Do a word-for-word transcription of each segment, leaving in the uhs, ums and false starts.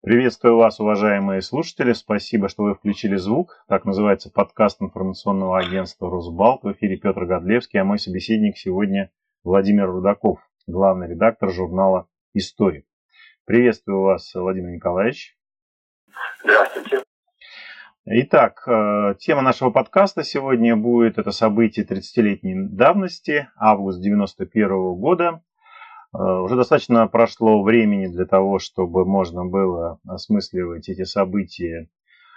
Приветствую вас, уважаемые слушатели. Спасибо, что вы включили звук. Так называется подкаст информационного агентства «Росбалт». В эфире Петр Годлевский, а мой собеседник сегодня Владимир Рудаков, главный редактор журнала «Историк». Приветствую вас, Владимир Николаевич. Здравствуйте. Итак, тема нашего подкаста сегодня будет это событие тридцатилетней давности, август девяносто первого года. Уже достаточно прошло времени для того, чтобы можно было осмысливать эти события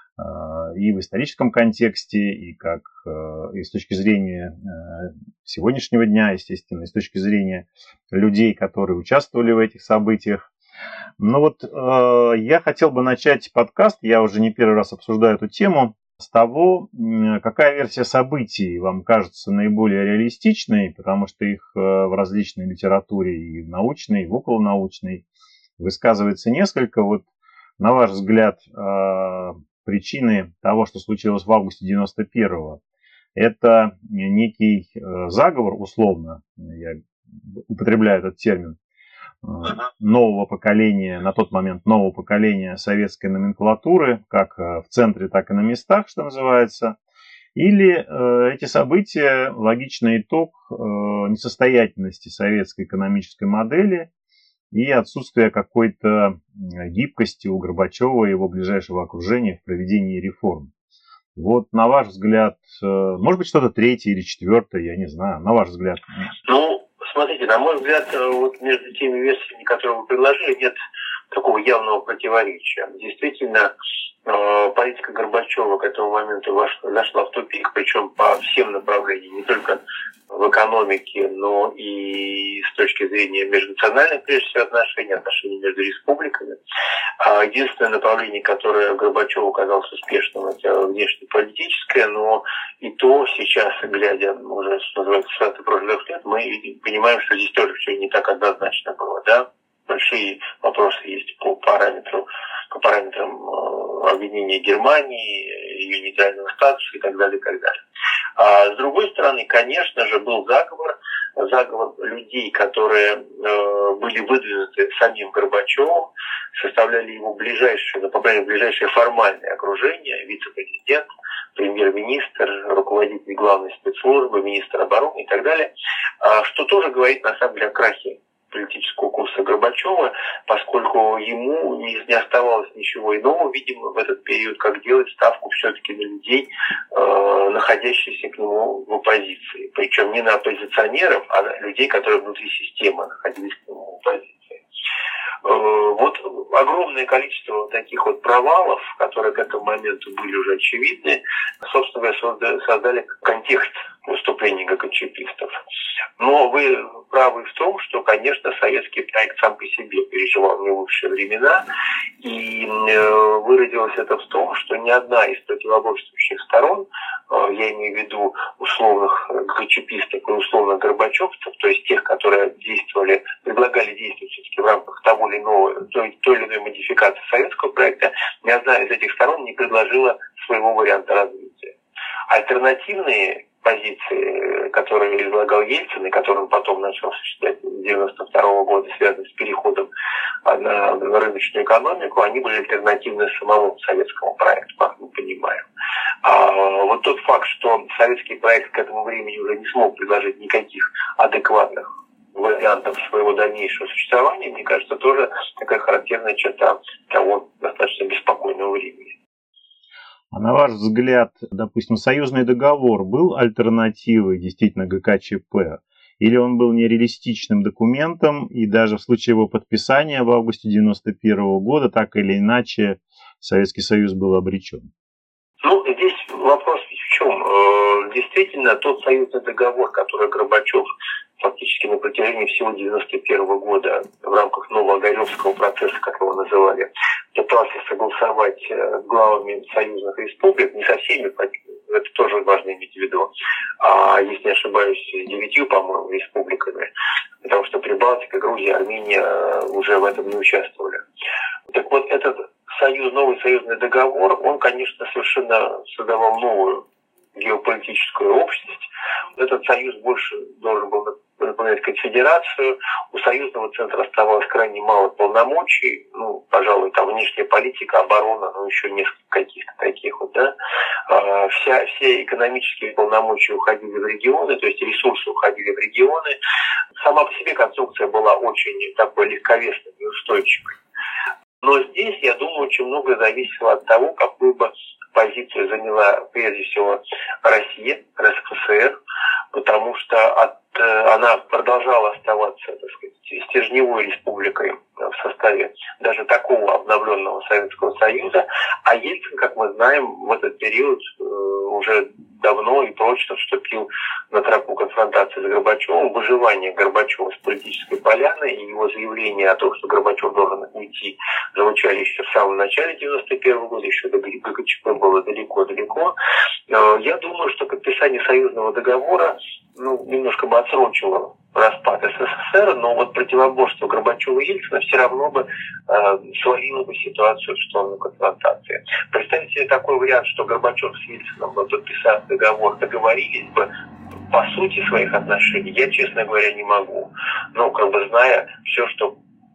и в историческом контексте, и как и с точки зрения сегодняшнего дня, естественно, и с точки зрения людей, которые участвовали в этих событиях. Но вот я хотел бы начать подкаст, я уже не первый раз обсуждаю эту тему, с того, какая версия событий вам кажется наиболее реалистичной, потому что их в различной литературе и в научной, и в околонаучной высказывается несколько. Вот, на ваш взгляд, причины того, что случилось в августе девяносто первого, это некий заговор, условно, я употребляю этот термин, нового поколения, на тот момент нового поколения советской номенклатуры, как в центре, так и на местах, что называется. Или э, эти события – логичный итог э, несостоятельности советской экономической модели и отсутствия какой-то гибкости у Горбачева и его ближайшего окружения в проведении реформ. Вот, на ваш взгляд, э, может быть, что-то третье или четвертое, я не знаю, на ваш взгляд. Ну, смотрите, на мой взгляд, вот между теми версиями, которые вы предложили, нет такого явного противоречия. Действительно, политика Горбачева к этому моменту вошла, зашла в тупик, причем по всем направлениям, не только в экономике, но и с точки зрения межнациональных, прежде всего, отношений, отношений между республиками. Единственное направление, которое Горбачеву казалось успешным, это внешнеполитическое, но и то сейчас, глядя уже, что называется, с прошлых лет, мы понимаем, что здесь тоже все не так однозначно было, да? Большие вопросы есть по параметру, по параметрам э, объединения Германии, ее нейтрального статуса и так далее, и так далее. А с другой стороны, конечно же, был заговор, заговор людей, которые э, были выдвинуты самим Горбачевым, составляли его ближайшее, ну, по крайней мере, ближайшее формальное окружение, вице-президент, премьер-министр, руководитель главной спецслужбы, министр обороны и так далее, что тоже говорит, на самом деле, о крахе политического курса Горбачева, поскольку ему не, не оставалось ничего иного, видимо, в этот период, как делать ставку все-таки на людей, э, находящихся к нему в оппозиции. Причем не на оппозиционеров, а на людей, которые внутри системы находились к нему в оппозиции. Э, вот огромное количество таких вот провалов, которые к этому моменту были уже очевидны, собственно говоря, создали контекст выступлений ГКЧПистов. Но вы правы в том, что, конечно, советский проект сам по себе переживал не лучшие времена, и выразилось это в том, что ни одна из противоборствующих сторон, я имею в виду условных ГКЧПистов и условных горбачевцев, то есть тех, которые действовали, предлагали действовать все-таки в рамках того или иного, той, той или иной модификации советского проекта, ни одна из этих сторон не предложила своего варианта развития. Альтернативные позиции, которые излагал Ельцин, и которые он потом начал осуществлять с девяносто второго года, связанные с переходом на, на рыночную экономику, они были альтернативны самому советскому проекту, как мы понимаем. А вот тот факт, что советский проект к этому времени уже не смог предложить никаких адекватных вариантов своего дальнейшего существования, мне кажется, тоже такая характерная черта того достаточно беспокойного времени. А на ваш взгляд, допустим, союзный договор был альтернативой действительно ГКЧП? Или он был нереалистичным документом, и даже в случае его подписания в августе девяносто первого года так или иначе Советский Союз был обречен? Ну, здесь вопрос в чем? Действительно, тот союзный договор, который Горбачев фактически на протяжении всего девяносто первого года в рамках Новоогаревского процесса, как его называли, пытался согласовать с главами союзных республик, не со всеми, это тоже важно иметь в виду, а, если не ошибаюсь, с девятью, по-моему, республиками, потому что Прибалтика, Грузия, Армения уже в этом не участвовали. Так вот, этот союз, новый союзный договор, он, конечно, совершенно создавал новую геополитическую общность. Этот союз больше должен был напоминать конфедерацию. У союзного центра оставалось крайне мало полномочий, ну, пожалуй, там внешняя политика, оборона, ну еще несколько каких-то таких вот, да. Вся, все экономические полномочия уходили в регионы, то есть ресурсы уходили в регионы. Сама по себе конструкция была очень такой легковесной и устойчивой. Но здесь, я думаю, очень многое зависело от того, какую бы позицию заняла прежде всего Россия, РСФСР, потому что от, она продолжала оставаться, так сказать, стержневой республикой в составе даже такого обновленного Советского Союза, а Ельцин, как мы знаем, в этот период уже давно и прочно вступил на тропу конфронтации с Горбачевым. Выживание Горбачева с политической поляны и его заявление о том, что Горбачев должен уйти, звучали еще в самом начале девяносто первого года, еще до ГКЧП было далеко-далеко. Я думаю, что подписание союзного договора ну, немножко бы отсрочило распад СССР, но вот противоборство Горбачева и Ельцина все равно бы э, свалило бы ситуацию в сторону конфронтации. Представьте себе такой вариант, что Горбачев с Ельцином, бы, подписав договор, договорились бы по сути своих отношений, я, честно говоря, не могу. Но как бы зная все, что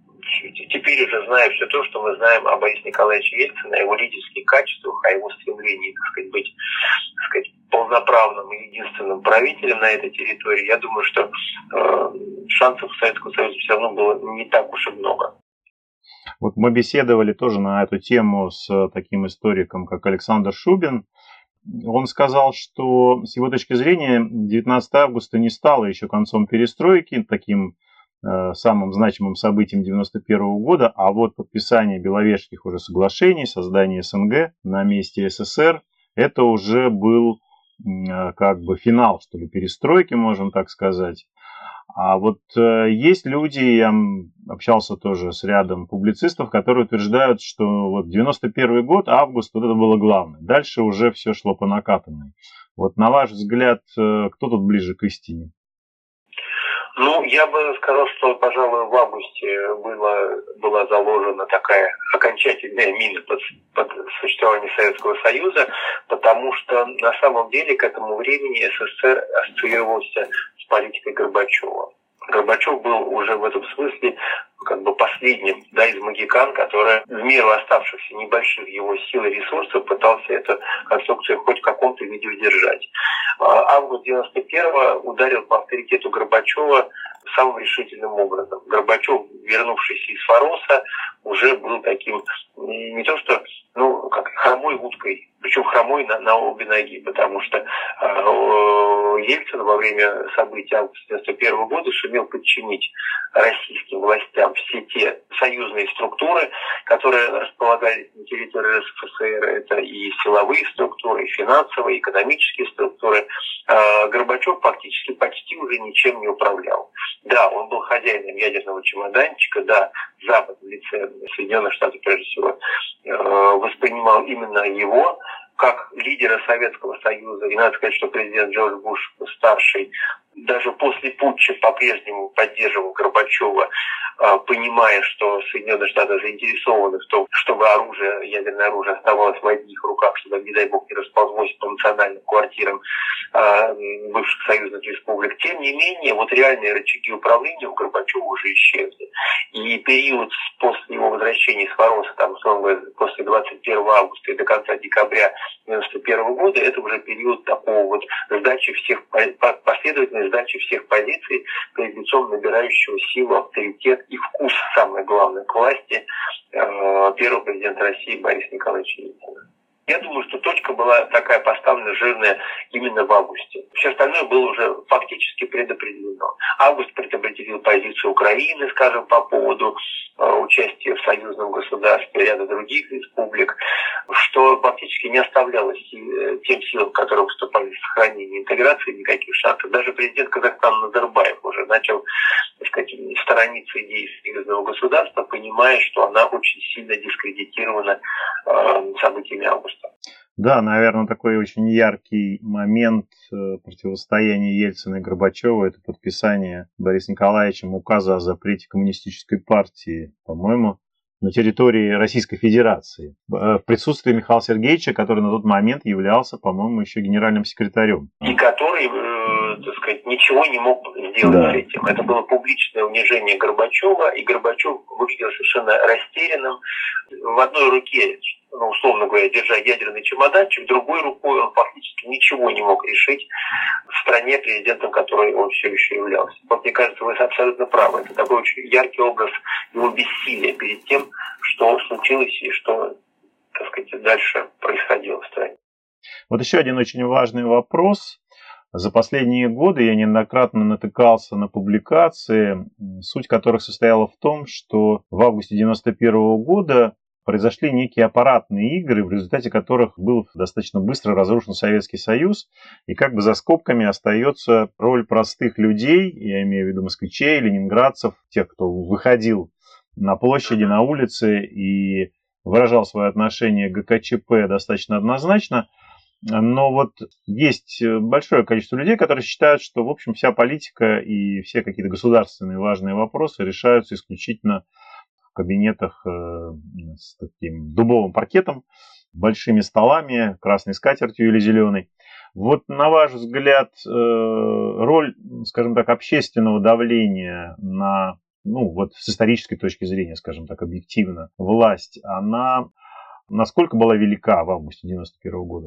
теперь уже зная все то, что мы знаем о Борисе Николаевиче Ельцине, о его лидерских качествах, о его стремлении, так сказать, быть, так сказать, полноправным и единственным правителем на этой территории, я думаю, что э, шансов у Советского Союза все равно было не так уж и много. Вот мы беседовали тоже на эту тему с таким историком, как Александр Шубин. Он сказал, что с его точки зрения девятнадцатого августа не стало еще концом перестройки, таким э, самым значимым событием девяносто первого года, а вот подписание Беловежских уже соглашений, создание СНГ на месте СССР, это уже был э, как бы финал, что ли, перестройки, можем так сказать. А вот э, есть люди, я общался тоже с рядом публицистов, которые утверждают, что вот девяносто первый год, август, вот это было главное. Дальше уже все шло по накатанной. Вот на ваш взгляд, э, кто тут ближе к истине? Ну, я бы сказал, что, пожалуй, в августе была, была заложена такая окончательная мина под, под существование Советского Союза, потому что на самом деле к этому времени СССР ассоциировался с политикой Горбачева. Горбачев был уже в этом смысле как бы последним, да, из магикан, который в меру оставшихся небольших его сил и ресурсов пытался эту конструкцию хоть в каком-то виде удержать. Август девяносто первого ударил по авторитету Горбачева самым решительным образом. Горбачев, вернувшийся из Фороса, уже был таким не то что, ну, как хромой уткой, причем хромой на, на обе ноги, потому что э, Ельцин во время событий августа девяносто первого года сумел подчинить российским властям все те союзные структуры, которые располагались на территории РСФСР. Это и силовые структуры, и финансовые, и экономические структуры. Э, Горбачев фактически почти уже ничем не управлял. Да, он был хозяином ядерного чемоданчика, да, Запад в лице Соединенных Штатов, прежде всего, воспринимал именно его как лидера Советского Союза. И надо сказать, что президент Джордж Буш старший даже после путча по-прежнему поддерживал Горбачева, понимая, что Соединенные Штаты заинтересованы в том, чтобы оружие, ядерное оружие оставалось в одних руках, чтобы, не дай бог, не расползлось по национальным квартирам бывших союзных республик. Тем не менее, вот реальные рычаги управления у Горбачева уже исчезли. И период после его возвращения из Фороса, там, условно, после двадцать первого августа и до конца декабря девяносто первого года, это уже период такого вот сдачи всех, последовательной сдачи всех позиций перед лицом набирающего силу, авторитет и вкус, самое главное, к власти первого президента России Бориса Николаевича Ельцина. Я думаю, что точка была такая поставлена жирная именно в августе. Все остальное было уже фактически предопределено. Август предопределил позицию Украины, скажем, по поводу э, участия в союзном государстве, ряда других республик, что фактически не оставляло си- тем силам, которые выступали в сохранении интеграции, никаких шансов. Даже президент Казахстана Назарбаев уже начал, так сказать, сторониться идеи союзного государства, понимая, что она очень сильно дискредитирована э, событиями августа. Да, наверное, такой очень яркий момент противостояния Ельцина и Горбачева – это подписание Борисом Николаевичем указа о запрете коммунистической партии, по-моему, на территории Российской Федерации, в присутствии Михаила Сергеевича, который на тот момент являлся, по-моему, еще генеральным секретарем. И который э, так сказать, ничего не мог сделать да. с этим. Это было публичное унижение Горбачева, и Горбачев выглядел совершенно растерянным. В одной руке, ну, условно говоря, держа ядерный чемоданчик, другой рукой он фактически ничего не мог решить в стране, президентом которой он все еще являлся. Вот, мне кажется, вы абсолютно правы. Это такой очень яркий образ его бессилия перед тем, что случилось и что, так сказать, дальше происходило в стране. Вот еще один очень важный вопрос. За последние годы я неоднократно натыкался на публикации, суть которых состояла в том, что в августе девяносто первого года произошли некие аппаратные игры, в результате которых был достаточно быстро разрушен Советский Союз, и как бы за скобками остается роль простых людей, я имею в виду москвичей, ленинградцев, тех, кто выходил на площади, на улицы и выражал свое отношение к ГКЧП достаточно однозначно. Но вот есть большое количество людей, которые считают, что, в общем, вся политика и все какие-то государственные важные вопросы решаются исключительно в кабинетах с таким дубовым паркетом, большими столами, красной скатертью или зеленой. Вот, на ваш взгляд, роль, скажем так, общественного давления на, ну, вот с исторической точки зрения, скажем так, объективно, власть, она насколько была велика в августе девяносто первого года?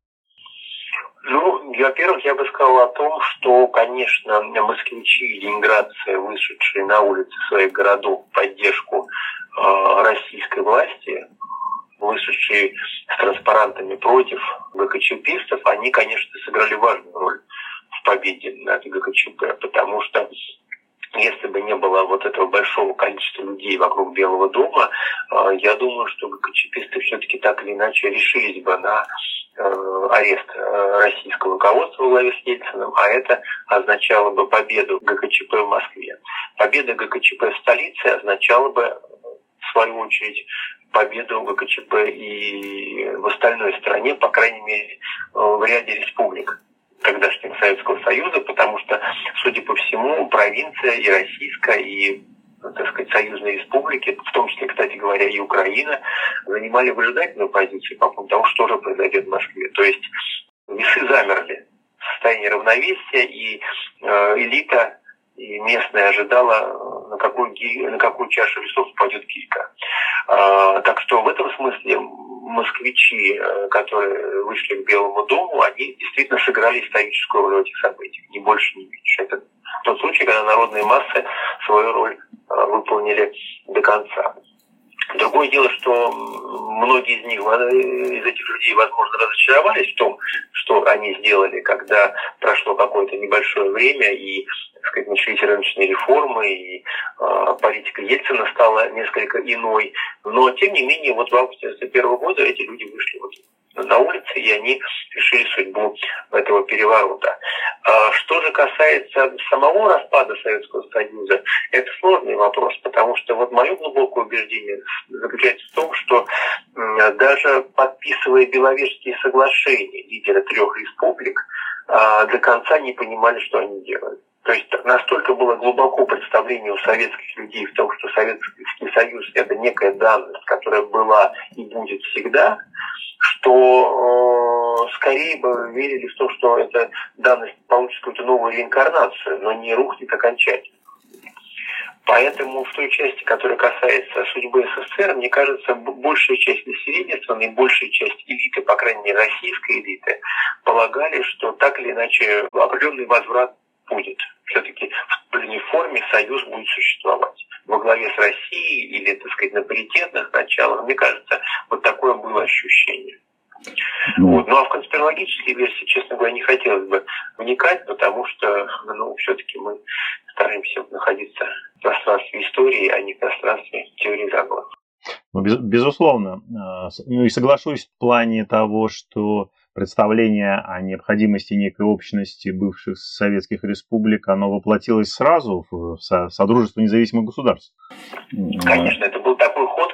Ну, во-первых, я бы сказал о том, что, конечно, москвичи и ленинградцы, вышедшие на улицы своих городов в поддержку э, российской власти, вышедшие с транспарантами против ГКЧПистов, они, конечно, сыграли важную роль в победе над ГКЧП, потому что если бы не было вот этого большого количества людей вокруг Белого дома, э, я думаю, что ГКЧПисты все-таки так или иначе решились бы на арест российского руководства во главе с Ельциным, а это означало бы победу ГКЧП в Москве. Победа ГКЧП в столице означала бы, в свою очередь, победу ГКЧП и в остальной стране, по крайней мере, в ряде республик тогдашнего Советского Союза, потому что, судя по всему, провинция и российская, и, так сказать, союзные республики, в том числе, кстати говоря, и Украина, занимали выжидательную позицию по поводу того, что же произойдет в Москве. То есть весы замерли в состоянии равновесия, и э, элита и местная ожидала, на какую, на какую чашу весов упадет килька. Э, так что в этом смысле москвичи, которые вышли к Белому дому, они действительно сыграли историческую роль в этих событиях, ни больше, ни меньше. Это тот случай, когда народные массы свою роль выполнили до конца. Другое дело, что многие из них, из этих людей, возможно, разочаровались в том, что они сделали, когда прошло какое-то небольшое время и, так сказать, начались рыночные реформы, и э, политика Ельцина стала несколько иной. Но, тем не менее, вот в августе девяносто первого года эти люди вышли вот на улицы, и они решили судьбу этого переворота. Что же касается самого распада Советского Союза, это сложный вопрос, потому что вот мое глубокое убеждение заключается в том, что даже подписывая Беловежские соглашения, лидеры трех республик до конца не понимали, что они делают. То есть настолько было глубоко представление у советских людей в том, что Советский Союз – это некая данность, которая была и будет всегда, что э, скорее бы верили в то, что эта данность получит какую-то новую реинкарнацию, но не рухнет окончательно. Поэтому в той части, которая касается судьбы СССР, мне кажется, большая часть населения страны, большая часть элиты, по крайней мере российской элиты, полагали, что так или иначе определенный возврат будет. Все-таки в той форме Союз будет существовать. Во главе с Россией или, так сказать, на паритетных началах, мне кажется, вот такое было ощущение. Ну, вот. Ну а в конспирологические версии, честно говоря, не хотелось бы вникать, потому что, ну, все-таки мы стараемся находиться в пространстве истории, а не в пространстве теории заговора. Ну, без, безусловно. Ну и соглашусь в плане того, что представление о необходимости некой общности бывших советских республик, оно воплотилось сразу в Содружество независимых государств. Конечно, это был такой ход,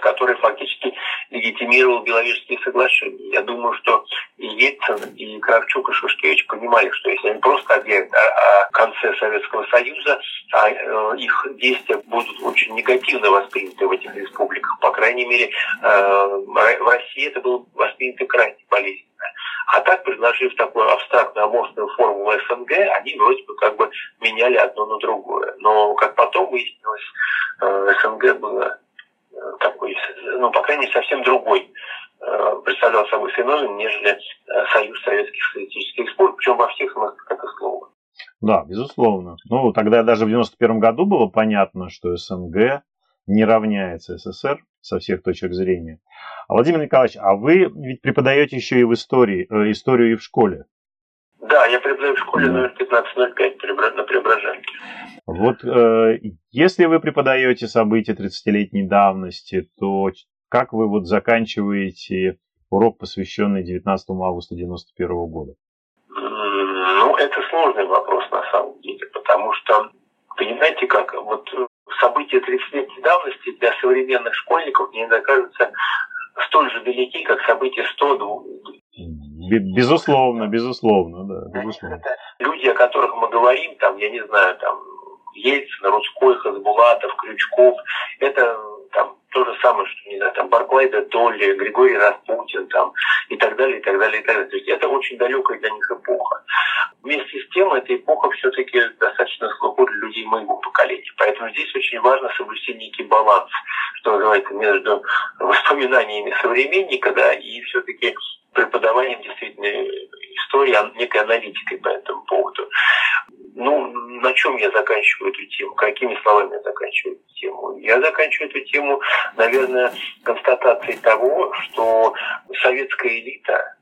который фактически легитимировал Беловежские соглашения. Я думаю, что и Ельцин, и Кравчук, и Шушкевич понимали, что если они просто объявят о, о конце Советского Союза, а э, их действия будут очень негативно восприняты в этих республиках. По крайней мере, э, в России это было воспринято крайне болезненно. А так, предложив такую абстрактную аморфную формулу СНГ, они вроде бы как бы меняли одно на другое. Но, как потом выяснилось, СНГ было такой, ну, по крайней мере, совсем другой, представлял собой феномен, нежели Союз Советских Социалистических Республик, причем во всех смыслах этого слова. Да, безусловно. Ну, тогда даже в девяносто первом году было понятно, что СНГ не равняется СССР со всех точек зрения. А, Владимир Николаевич, а вы ведь преподаете еще и в истории, э, историю и в школе. Да, я преподаю в школе номер пятнадцать ноль пять на Преображенке. Вот э, если вы преподаете события тридцатилетней давности, то как вы вот заканчиваете урок, посвященный девятнадцатому августа девяносто первого года? Ну, это сложный вопрос на самом деле, потому что, понимаете как, вот события тридцатилетней давности для современных школьников мне кажется столь же велики, как события сто. Безусловно, безусловно, да. Безусловно. Это люди, о которых мы говорим, там, я не знаю, там, Ельцин, Рудской, Хасбулатов, Крючков, это там то же самое, что, не знаю, там, Барклай де Толли, Григорий Распутин, там, и так далее, и так далее, и так далее. То есть это очень далекая для них эпоха. Вместе с тем, эта эпоха все-таки достаточно глубоко для людей моего поколения. Поэтому здесь очень важно соблюсти некий баланс, что называется, между воспоминаниями современника, да, и все-таки преподаванием действительно истории, некой аналитикой по этому поводу. Ну, на чем я заканчиваю эту тему? Какими словами я заканчиваю эту тему? Я заканчиваю эту тему, наверное, констатацией того, что советская элита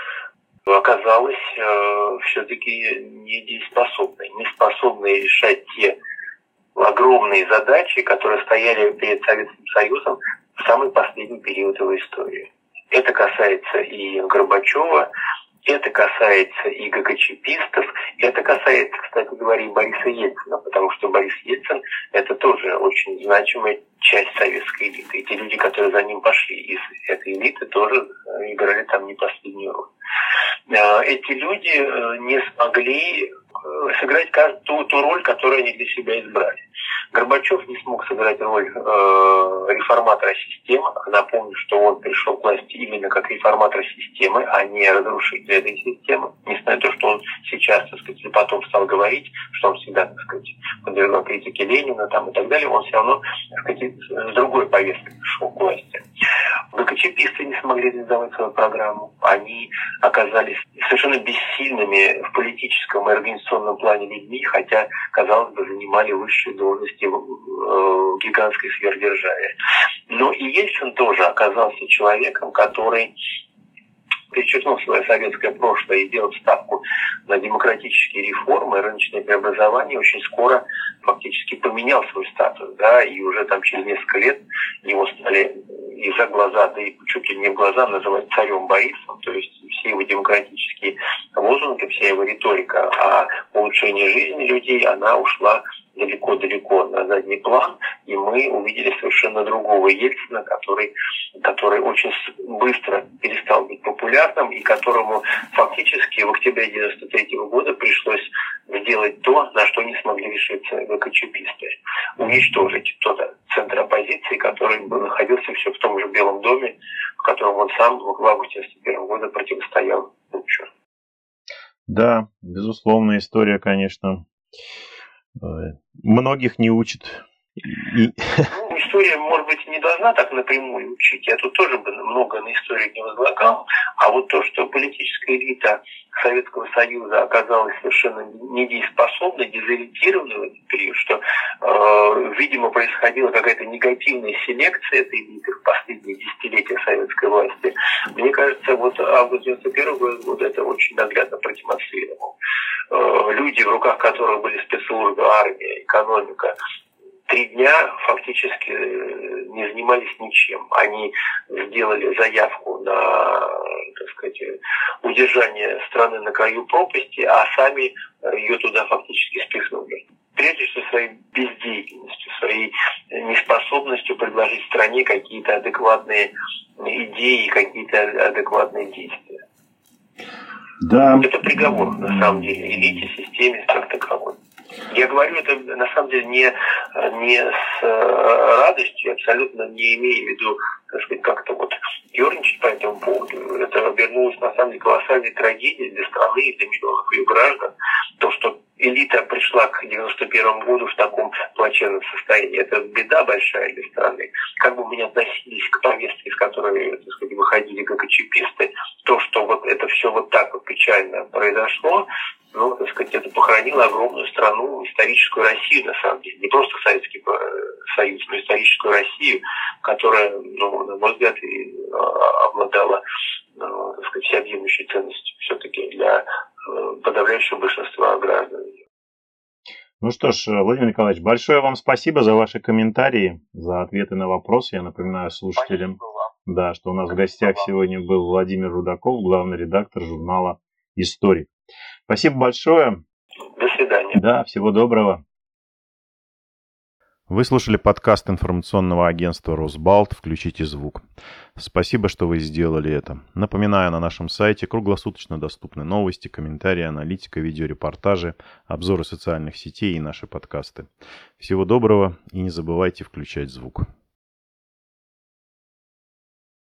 оказалась э, все-таки недееспособной, не способной решать те огромные задачи, которые стояли перед Советским Союзом в самый последний период его истории. Это касается и Горбачева, это касается и ГКЧПистов, это касается, кстати говоря, и Бориса Ельцина, потому что Борис Ельцин – это тоже очень значимая часть советской элиты. И те люди, которые за ним пошли из этой элиты, тоже играли там не последнюю роль. Эти люди не смогли сыграть ту, ту роль, которую они для себя избрали. Горбачев не смог сыграть роль э, реформатора системы. Напомню, что он пришел к власти именно как реформатор системы, а не разрушитель этой системы. Несмотря на то, что он сейчас, так сказать, потом стал говорить, что он всегда, так сказать, подвергал критике Ленина там, и так далее, он все равно, так сказать, с другой повесткой пришел к власти. ГКЧПисты не смогли реализовать свою программу. Они оказались совершенно бессильными в политическом и организационном плане людьми, хотя, казалось бы, занимали высшие должности в гигантской сверхдержаве. Но и Ельцин тоже оказался человеком, который перечеркнул свое советское прошлое и делал ставку на демократические реформы, рыночные преобразования, очень скоро фактически поменял свой статус, да, и уже там через несколько лет его стали и за глаза, да и чуть ли не в глаза называть царем Борисом, то есть все его демократические лозунги, вся его риторика о улучшении жизни людей, она ушла далеко-далеко на задний план, и мы увидели совершенно другого Ельцина, который, который очень быстро перестал быть популярным и которому фактически в октябре девяносто третьего года пришлось сделать то, на что не смогли решиться ГКЧПисты. Уничтожить тот центр оппозиции, который находился все в том же Белом доме, в котором он сам в августе девяносто первого года противостоял Путчу. Да, безусловно, история, конечно, многих не учит. И... Ну, история, может быть, не должна так напрямую учить. Я тут тоже бы много на историю не возлагал. А вот то, что политическая элита Советского Союза оказалась совершенно недееспособной, дезориентированной в этот период, что, э, видимо, происходила какая-то негативная селекция этой элиты в последние десятилетия советской власти. Мне кажется, вот август девяносто первого года это очень наглядно продемонстрировал. Э, люди, в руках которых были спецслужбы, армия, экономика, три дня фактически не занимались ничем. Они сделали заявку на, так сказать, удержание страны на краю пропасти, а сами ее туда фактически спихнули. Прежде всего своей бездеятельностью, своей неспособностью предложить стране какие-то адекватные идеи, какие-то адекватные действия. Да. Это приговор, на самом деле, элите, системе как таковой. Я говорю это, на самом деле, не, не с радостью, абсолютно не имея в виду, так сказать, как-то вот ерничать по этому поводу. Это обернулось, на самом деле, колоссальной трагедией для страны и для миллионов ее граждан. То, что элита пришла к девяносто первому году в таком плачевном состоянии, это беда большая для страны. Как бы мы ни относились к повестке, с которой, так сказать, выходили как ГКЧПисты, то, что вот это все вот так вот печально произошло, ну, так сказать, это похоронило огромную страну, историческую Россию, на самом деле. Не просто Советский Союз, но историческую Россию, которая, ну, на мой взгляд, и обладала, ну, так сказать, всеобъемлющей ценностью все-таки для подавляющего большинства граждан. Ну что ж, Владимир Николаевич, большое вам спасибо за ваши комментарии, за ответы на вопросы. Я напоминаю слушателям, да, что у нас в гостях сегодня был Владимир Рудаков, главный редактор журнала «Историк». Спасибо большое. До свидания. Да, всего доброго. Вы слушали подкаст информационного агентства «Росбалт. Включите звук». Спасибо, что вы сделали это. Напоминаю, на нашем сайте круглосуточно доступны новости, комментарии, аналитика, видеорепортажи, обзоры социальных сетей и наши подкасты. Всего доброго и не забывайте включать звук.